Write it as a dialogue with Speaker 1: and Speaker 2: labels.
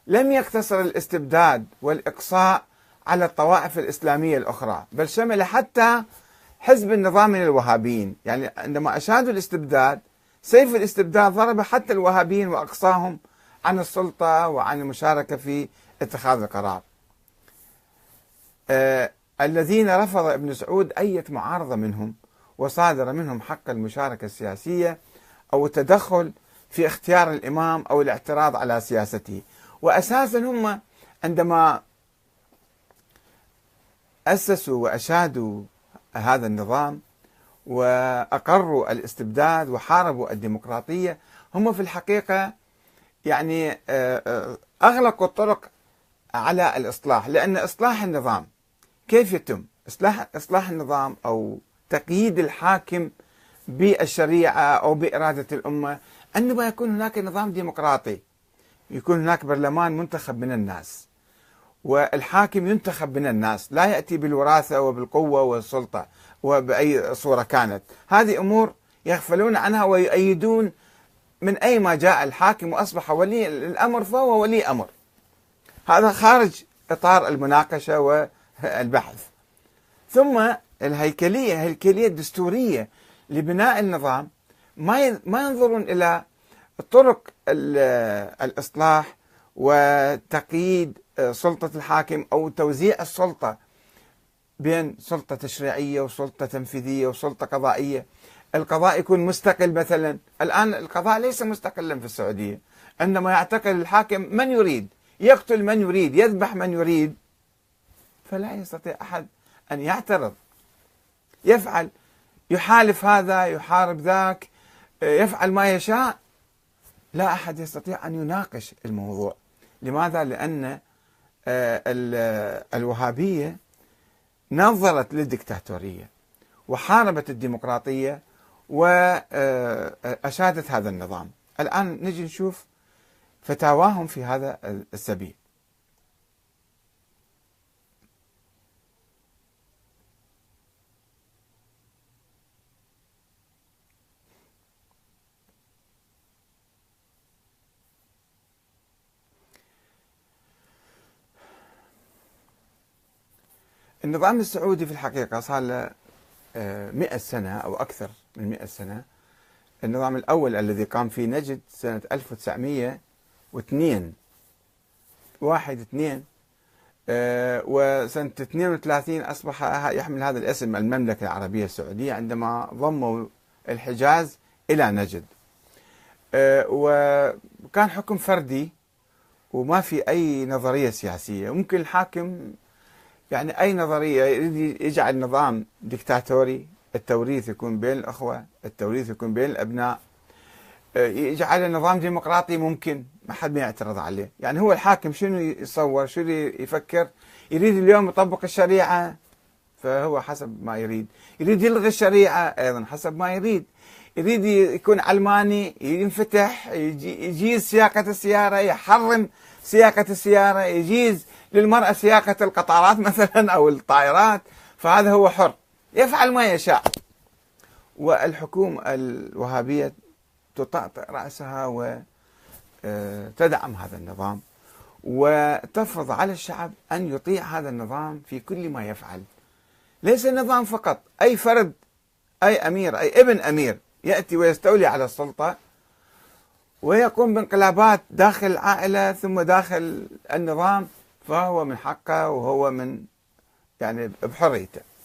Speaker 1: لم يقتصر الاستبداد والإقصاء على الطوائف الإسلامية الأخرى، بل شمل حتى حزب النظام من الوهابيين. يعني عندما أشادوا الاستبداد، سيف الاستبداد ضرب حتى الوهابيين وأقصاهم عن السلطة وعن المشاركة في اتخاذ القرار. الذين رفض ابن سعود أي معارضة منهم، وصادر منهم حق المشاركة السياسية أو التدخل في اختيار الإمام أو الاعتراض على سياسته. وأساسا هم عندما أسسوا وأشادوا هذا النظام وأقروا الاستبداد وحاربوا الديمقراطية، هم في الحقيقة يعني أغلقوا الطرق على الإصلاح. لأن إصلاح النظام كيف يتم؟ إصلاح النظام أو تقييد الحاكم بالشريعة أو بإرادة الأمة عندما يكون هناك نظام ديمقراطي، يكون هناك برلمان منتخب من الناس، والحاكم ينتخب من الناس، لا يأتي بالوراثة وبالقوة والسلطة وبأي صورة كانت. هذه أمور يغفلون عنها ويؤيدون من أي ما جاء الحاكم وأصبح ولي الأمر فهو ولي أمر. هذا خارج إطار المناقشة والبحث. ثم الهيكلية الدستورية لبناء النظام ما ينظرون إلى طرق الإصلاح وتقييد سلطة الحاكم أو توزيع السلطة بين سلطة تشريعية وسلطة تنفيذية وسلطة قضائية. القضاء يكون مستقل مثلا، الآن القضاء ليس مستقلا في السعودية، عندما يعتقل الحاكم من يريد، يقتل من يريد، يذبح من يريد، فلا يستطيع أحد أن يعترض، يفعل، يحالف هذا يحارب ذاك، يفعل ما يشاء، لا أحد يستطيع أن يناقش الموضوع. لماذا؟ لأن الوهابية نظرت للدكتاتورية وحاربت الديمقراطية وأشادت هذا النظام. الآن نجي نشوف فتاواهم في هذا السبيل. النظام السعودي في الحقيقة صار له 100 سنة أو أكثر من 100 سنة. النظام الأول الذي قام فيه نجد سنة 1902 1/2، وسنة 32 أصبح يحمل هذا الاسم المملكة العربية السعودية عندما ضموا الحجاز إلى نجد. وكان حكم فردي وما في أي نظرية سياسية. ممكن الحاكم يعني أي نظرية يريد يجعل نظام ديكتاتوري، التوريث يكون بين الأخوة، التوريث يكون بين الأبناء، يجعل نظام ديمقراطي ممكن ما حد ما يعترض عليه. يعني هو الحاكم شنو يصور، شنو يفكر، يريد اليوم يطبق الشريعة فهو حسب ما يريد يلغي الشريعة أيضا حسب ما يريد يكون علماني، ينفتح، يجيز سياقة السيارة، يحرم سياقة السيارة، يجيز للمرأة سياقة القطارات مثلا أو الطائرات، فهذا هو حر يفعل ما يشاء. والحكومة الوهابية تطأطئ رأسها وتدعم هذا النظام وتفرض على الشعب أن يطيع هذا النظام في كل ما يفعل. ليس النظام فقط، أي فرد، أي أمير، أي ابن أمير يأتي ويستولي على السلطة ويقوم بانقلابات داخل العائلة ثم داخل النظام، فهو من حقه وهو من يعني بحريته.